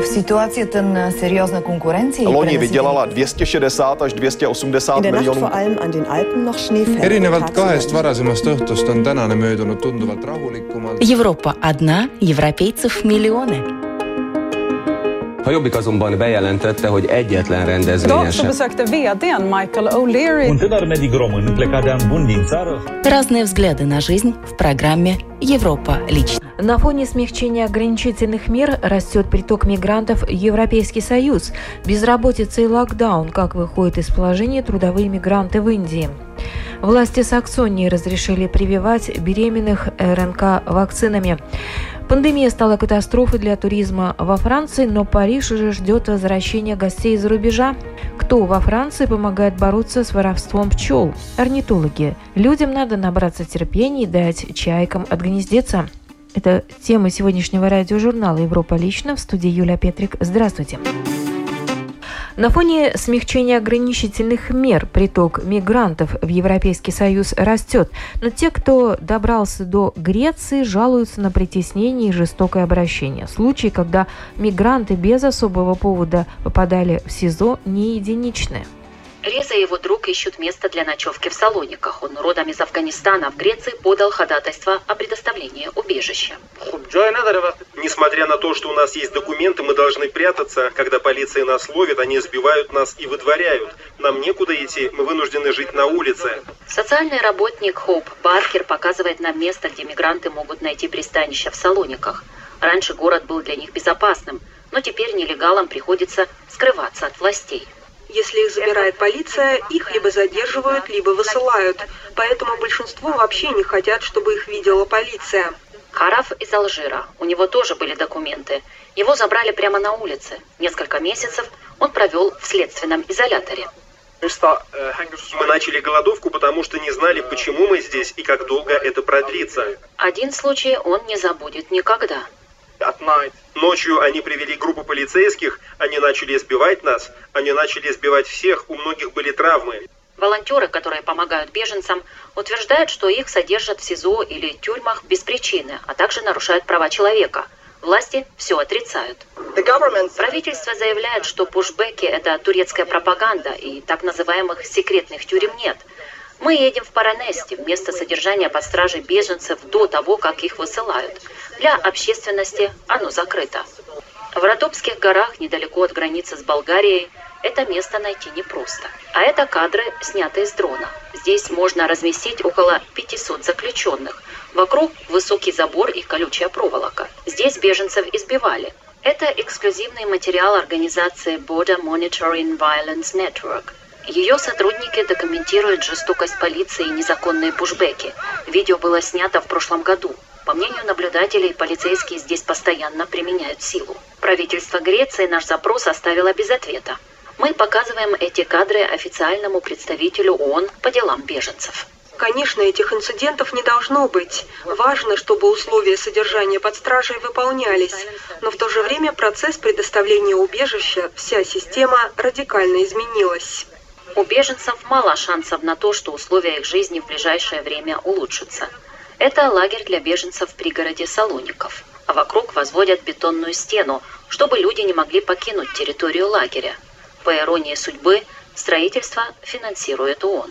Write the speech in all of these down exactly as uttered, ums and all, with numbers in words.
V situacii ten seriózna konkurenci. Loni vydělala dvě stě šedesát až dvě stě osmdesát miljonů. Erinevalt kahest varasemast õhtust on tänane möödunud tunduvalt rahulikumalt. Европа одна, европейцев миллионы. A Jobbik azonban bejelentette, hogy egyetlen rendezvényen sem. besökte V D:n Michael O'Leary. Un tânăr medic român plecat de an bun din țară. Разные взгляды на жизнь в программе «Европа лично». На фоне смягчения ограничительных мер растет приток мигрантов в Европейский Союз. Безработица и локдаун, как выходят из положения трудовые мигранты в Индии. Власти Саксонии разрешили прививать беременных РНК вакцинами. Пандемия стала катастрофой для туризма во Франции, но Париж уже ждет возвращения гостей из-за рубежа. Кто во Франции помогает бороться с воровством пчел? Орнитологи. Людям надо набраться терпения и дать чайкам отгнездиться. Это тема сегодняшнего радиожурнала «Европа лично». В студии Юлия Петрик. Здравствуйте. На фоне смягчения ограничительных мер приток мигрантов в Европейский Союз растет, но те, кто добрался до Греции, жалуются на притеснение и жестокое обращение. Случаи, когда мигранты без особого повода попадали в СИЗО, не единичны. Реза и его друг ищут место для ночевки в Салониках. Он родом из Афганистана, в Греции подал ходатайство о предоставлении убежища. Несмотря на то, что у нас есть документы, мы должны прятаться. Когда полиция нас ловит, они сбивают нас и выдворяют. Нам некуда идти, мы вынуждены жить на улице. Социальный работник Хоуп Баркер показывает нам место, где мигранты могут найти пристанище в Салониках. Раньше город был для них безопасным, но теперь нелегалам приходится скрываться от властей. Если их забирает полиция, их либо задерживают, либо высылают. Поэтому большинство вообще не хотят, чтобы их видела полиция. Хараф из Алжира. У него тоже были документы. Его забрали прямо на улице. Несколько месяцев он провел в следственном изоляторе. Мы начали голодовку, потому что не знали, почему мы здесь и как долго это продлится. Один случай он не забудет никогда. Ночью они привели группу полицейских, они начали избивать нас, они начали избивать всех, у многих были травмы. Волонтеры, которые помогают беженцам, утверждают, что их содержат в СИЗО или тюрьмах без причины, а также нарушают права человека. Власти все отрицают. Правительство заявляет, что пушбеки – это турецкая пропаганда, и так называемых секретных тюрем нет. Мы едем в Паранести, в место содержания под стражей беженцев до того, как их высылают. Для общественности оно закрыто. В Родопских горах, недалеко от границы с Болгарией, это место найти непросто. А это кадры, снятые с дрона. Здесь можно разместить около пятисот заключенных. Вокруг высокий забор и колючая проволока. Здесь беженцев избивали. Это эксклюзивный материал организации Border Monitoring Violence Network. Ее сотрудники документируют жестокость полиции и незаконные пушбеки. Видео было снято в прошлом году. По мнению наблюдателей, полицейские здесь постоянно применяют силу. Правительство Греции наш запрос оставило без ответа. Мы показываем эти кадры официальному представителю ООН по делам беженцев. Конечно, этих инцидентов не должно быть. Важно, чтобы условия содержания под стражей выполнялись. Но в то же время процесс предоставления убежища, вся система радикально изменилась. У беженцев мало шансов на то, что условия их жизни в ближайшее время улучшатся. Это лагерь для беженцев в пригороде Салоников. А вокруг возводят бетонную стену, чтобы люди не могли покинуть территорию лагеря. По иронии судьбы, строительство финансирует ООН.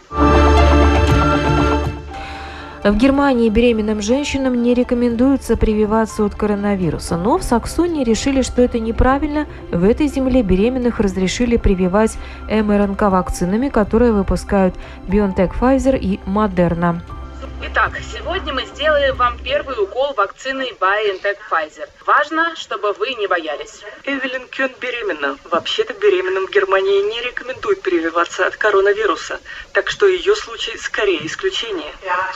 В Германии беременным женщинам не рекомендуется прививаться от коронавируса, но в Саксонии решили, что это неправильно. В этой земле беременных разрешили прививать эм эр эн ка-вакцинами, которые выпускают BioNTech, Pfizer и Moderna. Итак, сегодня мы сделаем вам первый укол вакцины BioNTech Pfizer. Важно, чтобы вы не боялись. Эвелин Кён беременна. Вообще-то беременным в Германии не рекомендуют прививаться от коронавируса, так что ее случай скорее исключение.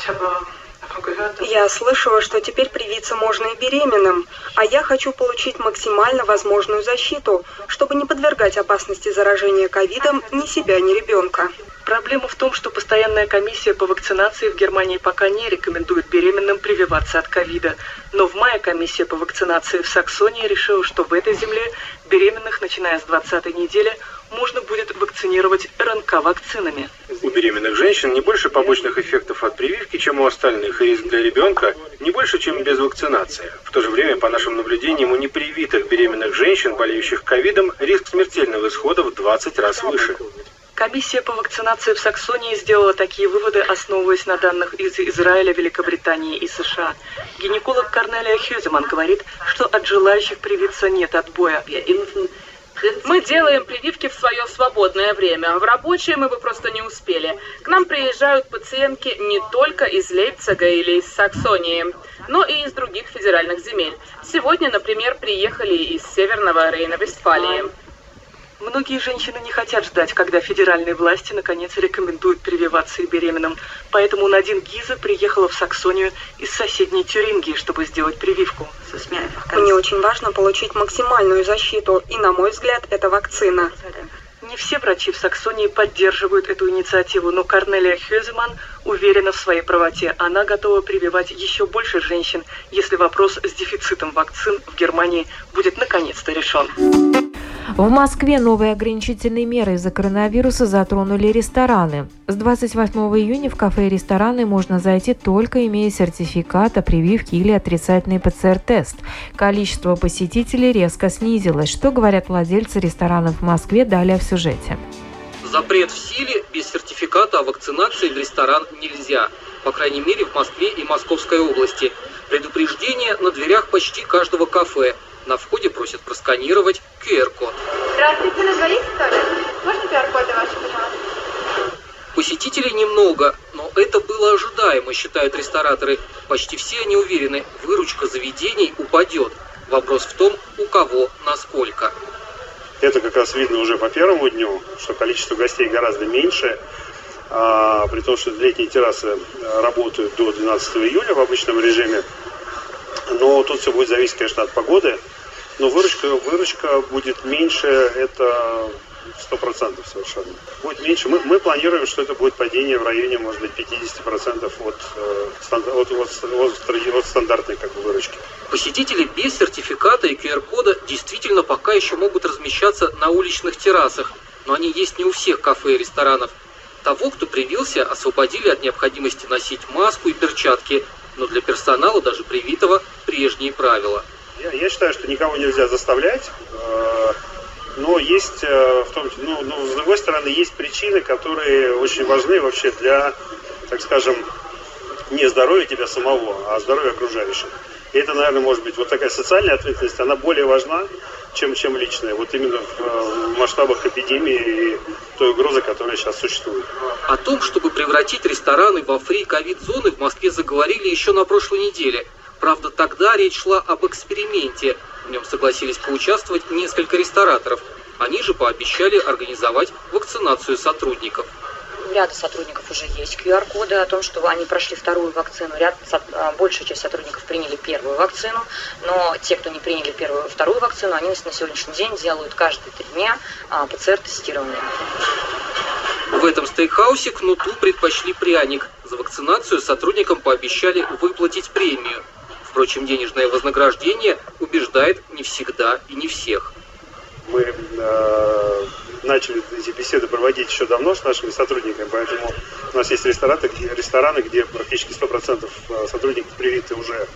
Я слышала, что теперь привиться можно и беременным, а я хочу получить максимально возможную защиту, чтобы не подвергать опасности заражения ковидом ни себя, ни ребенка. Проблема в том, что постоянная комиссия по вакцинации в Германии пока не рекомендует беременным прививаться от ковида. Но в мае комиссия по вакцинации в Саксонии решила, что в этой земле беременных, начиная с двадцатой недели, можно будет вакцинировать эр эн ка-вакцинами. У беременных женщин не больше побочных эффектов от прививки, чем у остальных, и риск для ребенка не больше, чем без вакцинации. В то же время, по нашим наблюдениям, у непривитых беременных женщин, болеющих ковидом, риск смертельного исхода в двадцать раз выше. Комиссия по вакцинации в Саксонии сделала такие выводы, основываясь на данных из Израиля, Великобритании и США. Гинеколог Корнелия Хюземан говорит, что от желающих привиться нет отбоя. Мы делаем прививки в свое свободное время. В рабочее мы бы просто не успели. К нам приезжают пациентки не только из Лейпцига или из Саксонии, но и из других федеральных земель. Сегодня, например, приехали из Северного Рейна-Вестфалии. Многие женщины не хотят ждать, когда федеральные власти наконец рекомендуют прививаться и беременным. Поэтому Надин Гиза приехала в Саксонию из соседней Тюрингии, чтобы сделать прививку. Мне очень важно получить максимальную защиту, и, на мой взгляд, это вакцина. Не все врачи в Саксонии поддерживают эту инициативу, но Корнелия Хюземан уверена в своей правоте. Она готова прививать еще больше женщин, если вопрос с дефицитом вакцин в Германии будет наконец-то решен. В Москве новые ограничительные меры из-за коронавируса затронули рестораны. С двадцать восьмого июня в кафе и рестораны можно зайти, только имея сертификат о прививке или отрицательный пэ цэ эр тест. Количество посетителей резко снизилось. Что говорят владельцы ресторанов в Москве, далее в сюжете. Запрет в силе, без сертификата о вакцинации в ресторан нельзя. По крайней мере, в Москве и Московской области. Предупреждение на дверях почти каждого кафе. На входе просят просканировать ку эр код. Здравствуйте, назвались что ли? Можно ку эр коды ваши, пожалуйста? Посетителей немного, но это было ожидаемо, считают рестораторы. Почти все они уверены, выручка заведений упадет. Вопрос в том, у кого, насколько. Это как раз видно уже по первому дню, что количество гостей гораздо меньше. А, при том, что летние террасы работают до двенадцатого июля в обычном режиме. Но тут все будет зависеть, конечно, от погоды. Но выручка, выручка будет меньше, это сто процентов совершенно. Будет меньше. Мы, мы планируем, что это будет падение в районе, может быть, пятьдесят процентов от, от, от, от, от стандартной как бы, выручки. Посетители без сертификата и ку эр кода действительно пока еще могут размещаться на уличных террасах. Но они есть не у всех кафе и ресторанов. Того, кто привился, освободили от необходимости носить маску и перчатки. Но для персонала, даже привитого, прежние правила. Я, я считаю, что никого нельзя заставлять, э, но есть, э, в том, ну, ну, с другой стороны, есть причины, которые очень важны вообще для, так скажем, не здоровья тебя самого, а здоровья окружающих. И это, наверное, может быть, вот такая социальная ответственность, она более важна, чем, чем личная. Вот именно в, в масштабах эпидемии и той угрозы, которая сейчас существует. О том, чтобы превратить рестораны во фри-ковид-зоны, в Москве заговорили еще на прошлой неделе. Правда, тогда речь шла об эксперименте. В нем согласились поучаствовать несколько рестораторов. Они же пообещали организовать вакцинацию сотрудников. У ряда сотрудников уже есть ку эр коды о том, что они прошли вторую вакцину. Ряд, большая часть сотрудников приняли первую вакцину, но те, кто не приняли первую, вторую вакцину, они на сегодняшний день делают каждые три дня пэ цэ эр-тестирование. В этом стейкхаусе кнуту предпочли пряник. За вакцинацию сотрудникам пообещали выплатить премию. Впрочем, денежное вознаграждение убеждает не всегда и не всех. Мы э, начали эти беседы проводить еще давно с нашими сотрудниками, поэтому у нас есть рестораны, где, рестораны, где практически сто процентов сотрудников привиты уже.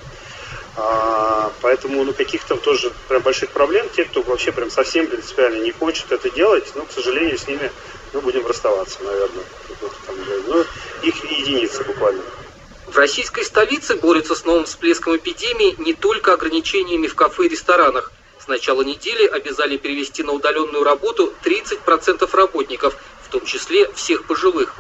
А, поэтому ну, каких-то тоже прям больших проблем, те, кто вообще прям совсем принципиально не хочет это делать, ну, к сожалению, с ними мы будем расставаться, наверное. Ну, их единицы буквально. В российской столице борются с новым всплеском эпидемии не только ограничениями в кафе и ресторанах. С начала недели обязали перевести на удаленную работу тридцать процентов работников, в том числе всех пожилых.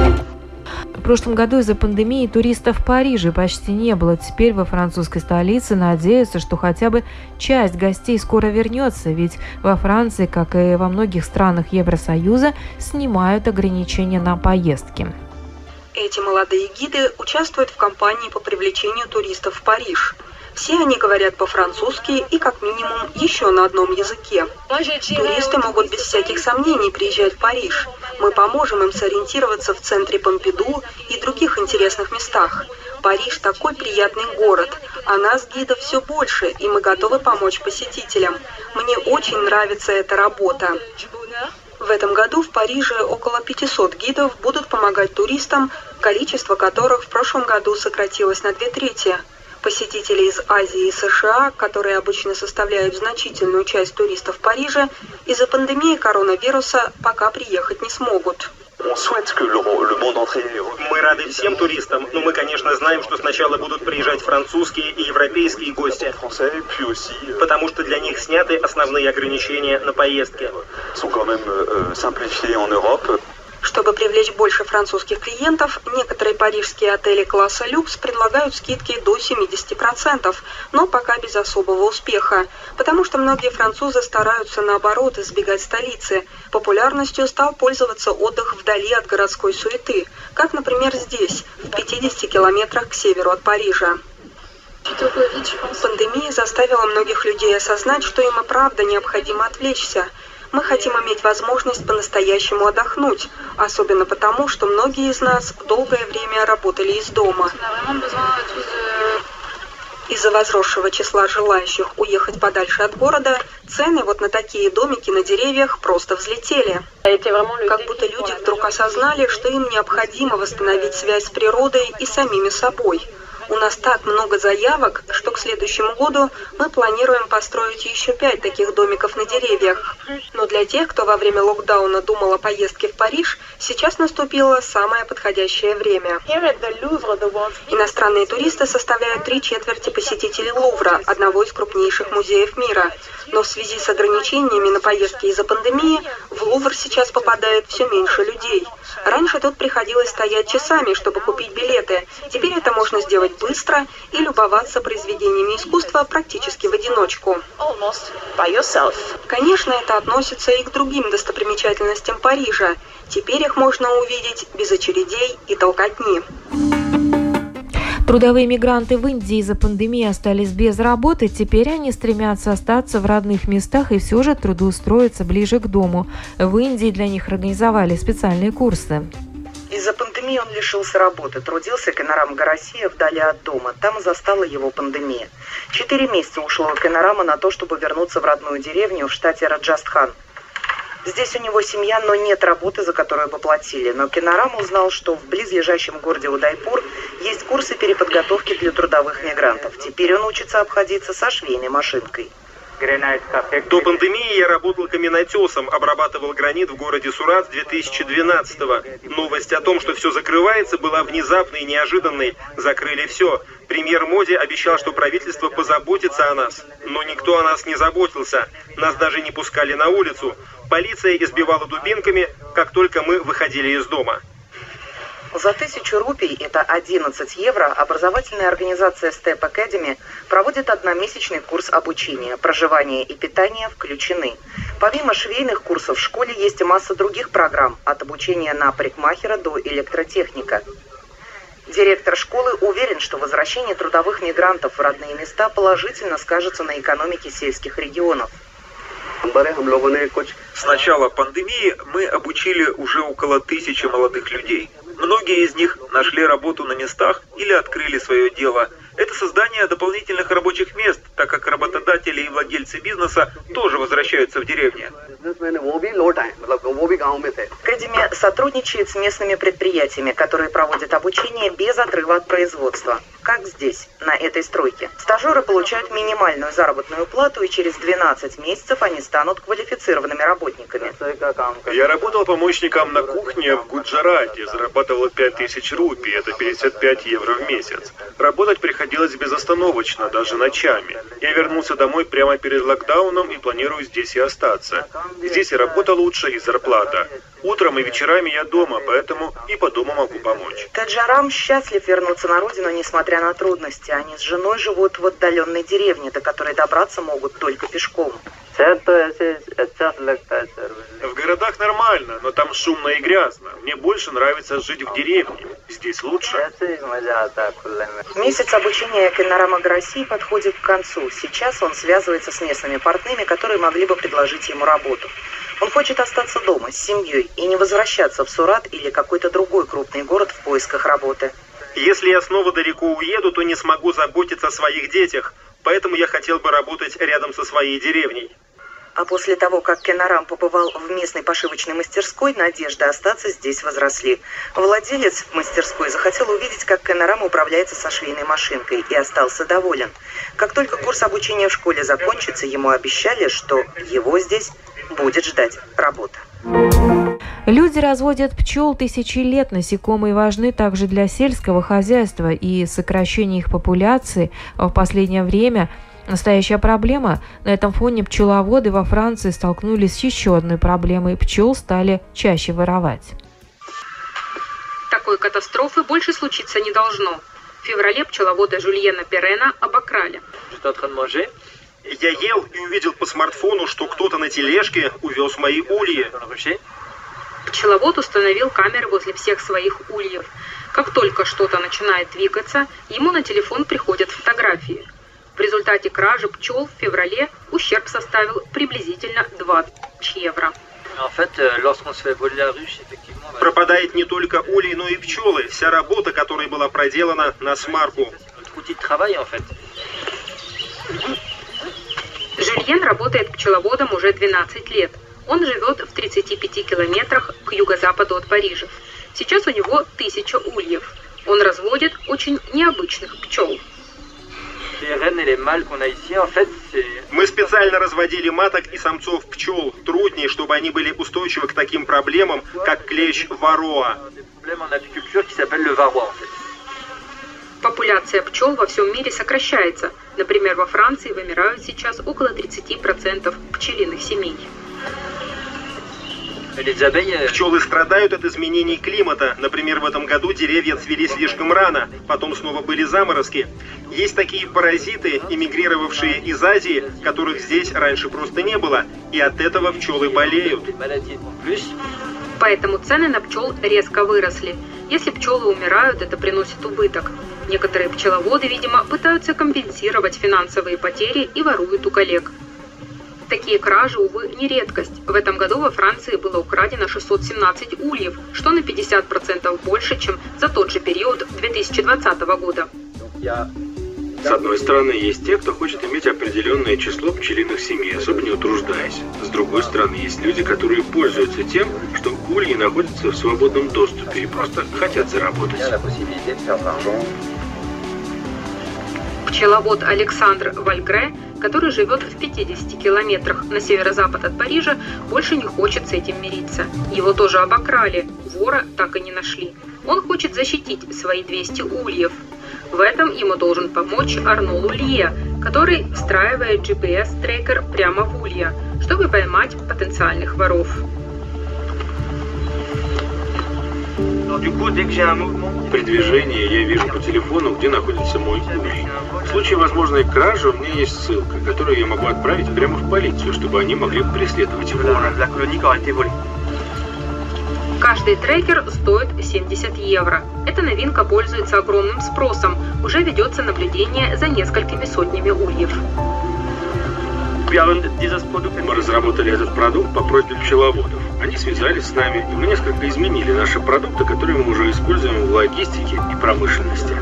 В прошлом году из-за пандемии туристов в Париже почти не было. Теперь во французской столице надеются, что хотя бы часть гостей скоро вернется, ведь во Франции, как и во многих странах Евросоюза, снимают ограничения на поездки. Эти молодые гиды участвуют в кампании по привлечению туристов в Париж. Все они говорят по-французски и, как минимум, еще на одном языке. Туристы могут без всяких сомнений приезжать в Париж. Мы поможем им сориентироваться в центре Помпиду и других интересных местах. Париж такой приятный город, а нас, гидов, все больше, и мы готовы помочь посетителям. Мне очень нравится эта работа. В этом году в Париже около пятисот гидов будут помогать туристам, количество которых в прошлом году сократилось на две трети. Посетители из Азии и США, которые обычно составляют значительную часть туристов Парижа, из-за пандемии коронавируса пока приехать не смогут. Мы рады всем туристам, но мы, конечно, знаем, что сначала будут приезжать французские и европейские гости, потому что для них сняты основные ограничения на поездки. Чтобы привлечь больше французских клиентов, некоторые парижские отели класса люкс предлагают скидки до семидесяти процентов, но пока без особого успеха, потому что многие французы стараются, наоборот, избегать столицы. Популярностью стал пользоваться отдых вдали от городской суеты, как, например, здесь, в пятидесяти километрах к северу от Парижа. Пандемия заставила многих людей осознать, что им и правда необходимо отвлечься. Мы хотим иметь возможность по-настоящему отдохнуть, особенно потому, что многие из нас долгое время работали из дома. Из-за возросшего числа желающих уехать подальше от города, цены вот на такие домики на деревьях просто взлетели. Как будто люди вдруг осознали, что им необходимо восстановить связь с природой и самими собой. У нас так много заявок, что к следующему году мы планируем построить еще пять таких домиков на деревьях. Но для тех, кто во время локдауна думал о поездке в Париж, сейчас наступило самое подходящее время. Иностранные туристы составляют три четверти посетителей Лувра, одного из крупнейших музеев мира. Но в связи с ограничениями на поездки из-за пандемии, в Лувр сейчас попадает все меньше людей. Раньше тут приходилось стоять часами, чтобы купить билеты. Теперь это можно сделать быстро и любоваться произведениями искусства практически в одиночку. Конечно, это относится и к другим достопримечательностям Парижа. Теперь их можно увидеть без очередей и толкотни. Трудовые мигранты в Индии из-за пандемии остались без работы. Теперь они стремятся остаться в родных местах и все же трудоустроиться ближе к дому. В Индии для них организовали специальные курсы. Из-за пандемии он лишился работы. Трудился Кенарам Гарасия вдали от дома. Там застала его пандемия. Четыре месяца ушло у Кенарама на то, чтобы вернуться в родную деревню в штате Раджастхан. Здесь у него семья, но нет работы, за которую бы платили. Но Кенарам узнал, что в близлежащем городе Удайпур есть курсы переподготовки для трудовых мигрантов. Теперь он учится обходиться со швейной машинкой. До пандемии я работал каменотесом, обрабатывал гранит в городе Сурат с две тысячи двенадцатого. Новость о том, что все закрывается, была внезапной и неожиданной. Закрыли все. Премьер Моди обещал, что правительство позаботится о нас. Но никто о нас не заботился. Нас даже не пускали на улицу. Полиция избивала дубинками, как только мы выходили из дома. За тысячу рупий, это одиннадцать евро, образовательная организация Step Academy проводит одномесячный курс обучения. Проживание и питание включены. Помимо швейных курсов в школе есть и масса других программ, от обучения на парикмахера до электротехника. Директор школы уверен, что возвращение трудовых мигрантов в родные места положительно скажется на экономике сельских регионов. С начала пандемии мы обучили уже около тысячи молодых людей. Многие из них нашли работу на местах или открыли свое дело. Это создание дополнительных рабочих мест, так как работодатели и владельцы бизнеса тоже возвращаются в деревни. Академия сотрудничает с местными предприятиями, которые проводят обучение без отрыва от производства. Как здесь, на этой стройке. Стажеры получают минимальную заработную плату, и через двенадцать месяцев они станут квалифицированными работниками. Я работал помощником на кухне в Гуджарате, зарабатывал пять тысяч рупий, это пятьдесят пять евро в месяц. Работать приходилось безостановочно, даже ночами. Я вернулся домой прямо перед локдауном и планирую здесь и остаться. Здесь и работа лучше, и зарплата. Утром и вечерами я дома, поэтому и по дому могу помочь. Таджарам счастлив вернуться на родину, несмотря на трудности. Они с женой живут в отдаленной деревне, до которой добраться могут только пешком. В городах нормально, но там шумно и грязно. Мне больше нравится жить в деревне. Здесь лучше. Месяц обучения Кенарама Гарасии подходит к концу. Сейчас он связывается с местными партнерами, которые могли бы предложить ему работу. Он хочет остаться дома с семьей и не возвращаться в Сурат или какой-то другой крупный город в поисках работы. Если я снова далеко уеду, то не смогу заботиться о своих детях, поэтому я хотел бы работать рядом со своей деревней. А после того, как Кенарам побывал в местной пошивочной мастерской, надежды остаться здесь возросли. Владелец мастерской захотел увидеть, как Кенарам управляется со швейной машинкой, и остался доволен. Как только курс обучения в школе закончится, ему обещали, что его здесь будет ждать работа. Люди разводят пчел тысячи лет. Насекомые важны также для сельского хозяйства, и сокращение их популяции в последнее время – настоящая проблема. На этом фоне пчеловоды во Франции столкнулись с еще одной проблемой. Пчел стали чаще воровать. Такой катастрофы больше случиться не должно. В феврале пчеловода Жюльена Перена обокрали. Я ел и увидел по смартфону, что кто-то на тележке увез мои ульи. Пчеловод установил камеры возле всех своих ульев. Как только что-то начинает двигаться, ему на телефон приходят фотографии. В результате кражи пчел в феврале ущерб составил приблизительно двадцать евро. Пропадает не только улей, но и пчелы. Вся работа, которая была проделана на смарку. Жюльен работает пчеловодом уже двенадцать лет. Он живет в тридцати пяти километрах к юго-западу от Парижа. Сейчас у него тысяча ульев. Он разводит очень необычных пчел. Мы специально разводили маток и самцов пчел. Труднее, чтобы они были устойчивы к таким проблемам, как клещ вароа. Популяция пчел во всем мире сокращается. Например, во Франции вымирают сейчас около тридцати процентов пчелиных семей. Пчелы страдают от изменений климата. Например, в этом году деревья цвели слишком рано, потом снова были заморозки. Есть такие паразиты, эмигрировавшие из Азии, которых здесь раньше просто не было, и от этого пчелы болеют. Поэтому цены на пчел резко выросли. Если пчелы умирают, это приносит убыток. Некоторые пчеловоды, видимо, пытаются компенсировать финансовые потери и воруют у коллег. Такие кражи, увы, не редкость. В этом году во Франции было украдено шестьсот семнадцать ульев, что на пятьдесят процентов больше, чем за тот же период две тысячи двадцатого года. С одной стороны, есть те, кто хочет иметь определенное число пчелиных семей, особо не утруждаясь. С другой стороны, есть люди, которые пользуются тем, что ульи находятся в свободном доступе и просто хотят заработать. Пчеловод Александр Вальгре, который живет в пятидесяти километрах на северо-запад от Парижа, больше не хочет с этим мириться. Его тоже обокрали, вора так и не нашли. Он хочет защитить свои двести ульев. В этом ему должен помочь Арно Лулье, который встраивает джи пи эс-трекер прямо в улья, чтобы поймать потенциальных воров. При движении я вижу по телефону, где находится мой улей. В случае возможной кражи у меня есть ссылка, которую я могу отправить прямо в полицию, чтобы они могли преследовать вора. Каждый трекер стоит семьдесят евро. Эта новинка пользуется огромным спросом. Уже ведется наблюдение за несколькими сотнями ульев. Мы разработали этот продукт по просьбе пчеловодов. Они связались с нами, и мы несколько изменили наши продукты, которые мы уже используем в логистике и промышленности.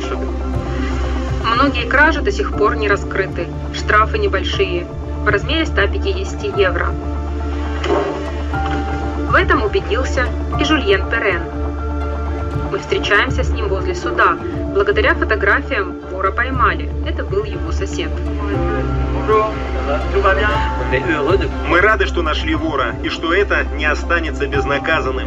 Многие кражи до сих пор не раскрыты. Штрафы небольшие, в размере ста пятидесяти евро. В этом убедился и Жюльен Перен. Мы встречаемся с ним возле суда. Благодаря фотографиям вора поймали. Это был его сосед. Мы рады, что нашли вора, и что это не останется безнаказанным.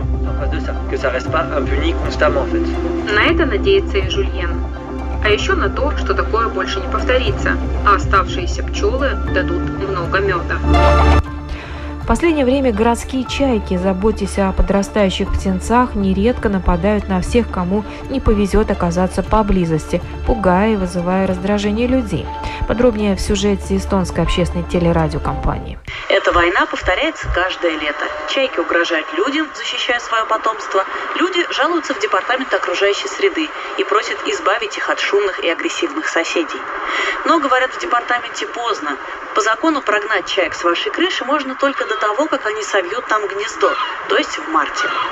На это надеется и Жюльен. А еще на то, что такое больше не повторится, а оставшиеся пчелы дадут много меда. В последнее время городские чайки, заботясь о подрастающих птенцах, нередко нападают на всех, кому не повезет оказаться поблизости, пугая и вызывая раздражение людей. Подробнее в сюжете эстонской общественной телерадиокомпании. Эта война повторяется каждое лето. Чайки угрожают людям, защищая свое потомство. Люди жалуются в департамент окружающей среды и просят избавить их от шумных и агрессивных соседей. Но, говорят в департаменте, поздно. По закону прогнать чаек с вашей крыши можно только до того, как они совьют там гнездо, то есть в марте.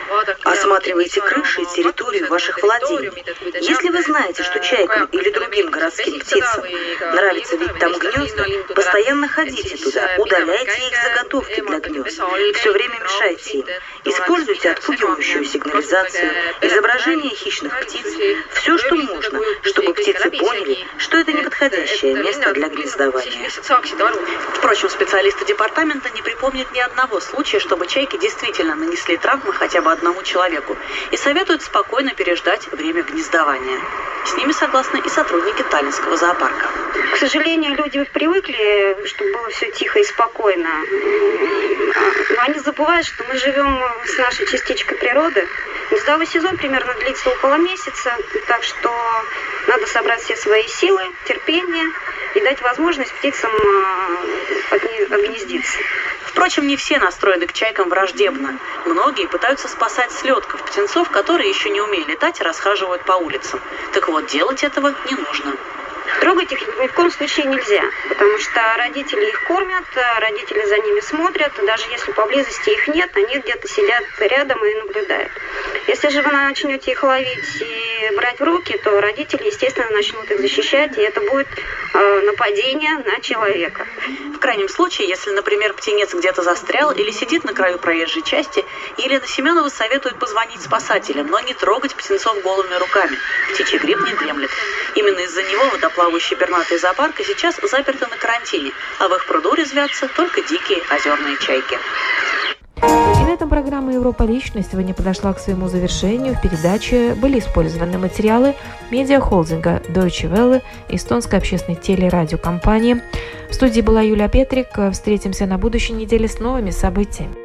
Осматривайте крыши и территорию ваших владений. Если вы знаете, что чайкам или другим городским птицам нравится видеть там гнезда, постоянно ходите туда, удаляйте их заготовки для гнезд, все время мешайте им. Используйте отпугивающую сигнализацию, изображение хищных птиц, все, что можно, чтобы птицы поняли, что это неподходящее место для гнездования. Впрочем, специалисты департамента не припомнят ни одного случая, чтобы чайки действительно нанесли травмы хотя бы одному человеку, и советуют спокойно переждать время гнездования. С ними согласны и сотрудники Таллинского зоопарка. К сожалению, люди привыкли, чтобы было все тихо и спокойно. Но они забывают, что мы живем с нашей частичкой природы. Гнездовой сезон примерно длится около месяца, так что надо собрать все свои силы, терпение и дать возможность птицам отгнездиться. Впрочем, не все настроены к чайкам враждебно. Многие пытаются спасать слетков, птенцов, которые еще не умеют летать и расхаживают по улицам. Так вот, делать этого не нужно. Трогать их ни в коем случае нельзя, потому что родители их кормят, родители за ними смотрят, даже если поблизости их нет, они где-то сидят рядом и наблюдают. Если же вы начнете их ловить и брать в руки, то родители, естественно, начнут их защищать, и это будет э, нападение на человека. В крайнем случае, если, например, птенец где-то застрял или сидит на краю проезжей части, Елена Семенова советует позвонить спасателям, но не трогать птенцов голыми руками. Птичий грипп не дремлет. Именно из-за него водоплавающие пернатые зоопарка сейчас заперты на карантине, а в их пруду резвятся только дикие озерные чайки. И на этом программа «Европа. Личность» сегодня подошла к своему завершению. В передаче были использованы материалы медиахолдинга Deutsche Welle, эстонской общественной телерадиокомпании. В студии была Юлия Петрик. Встретимся на будущей неделе с новыми событиями.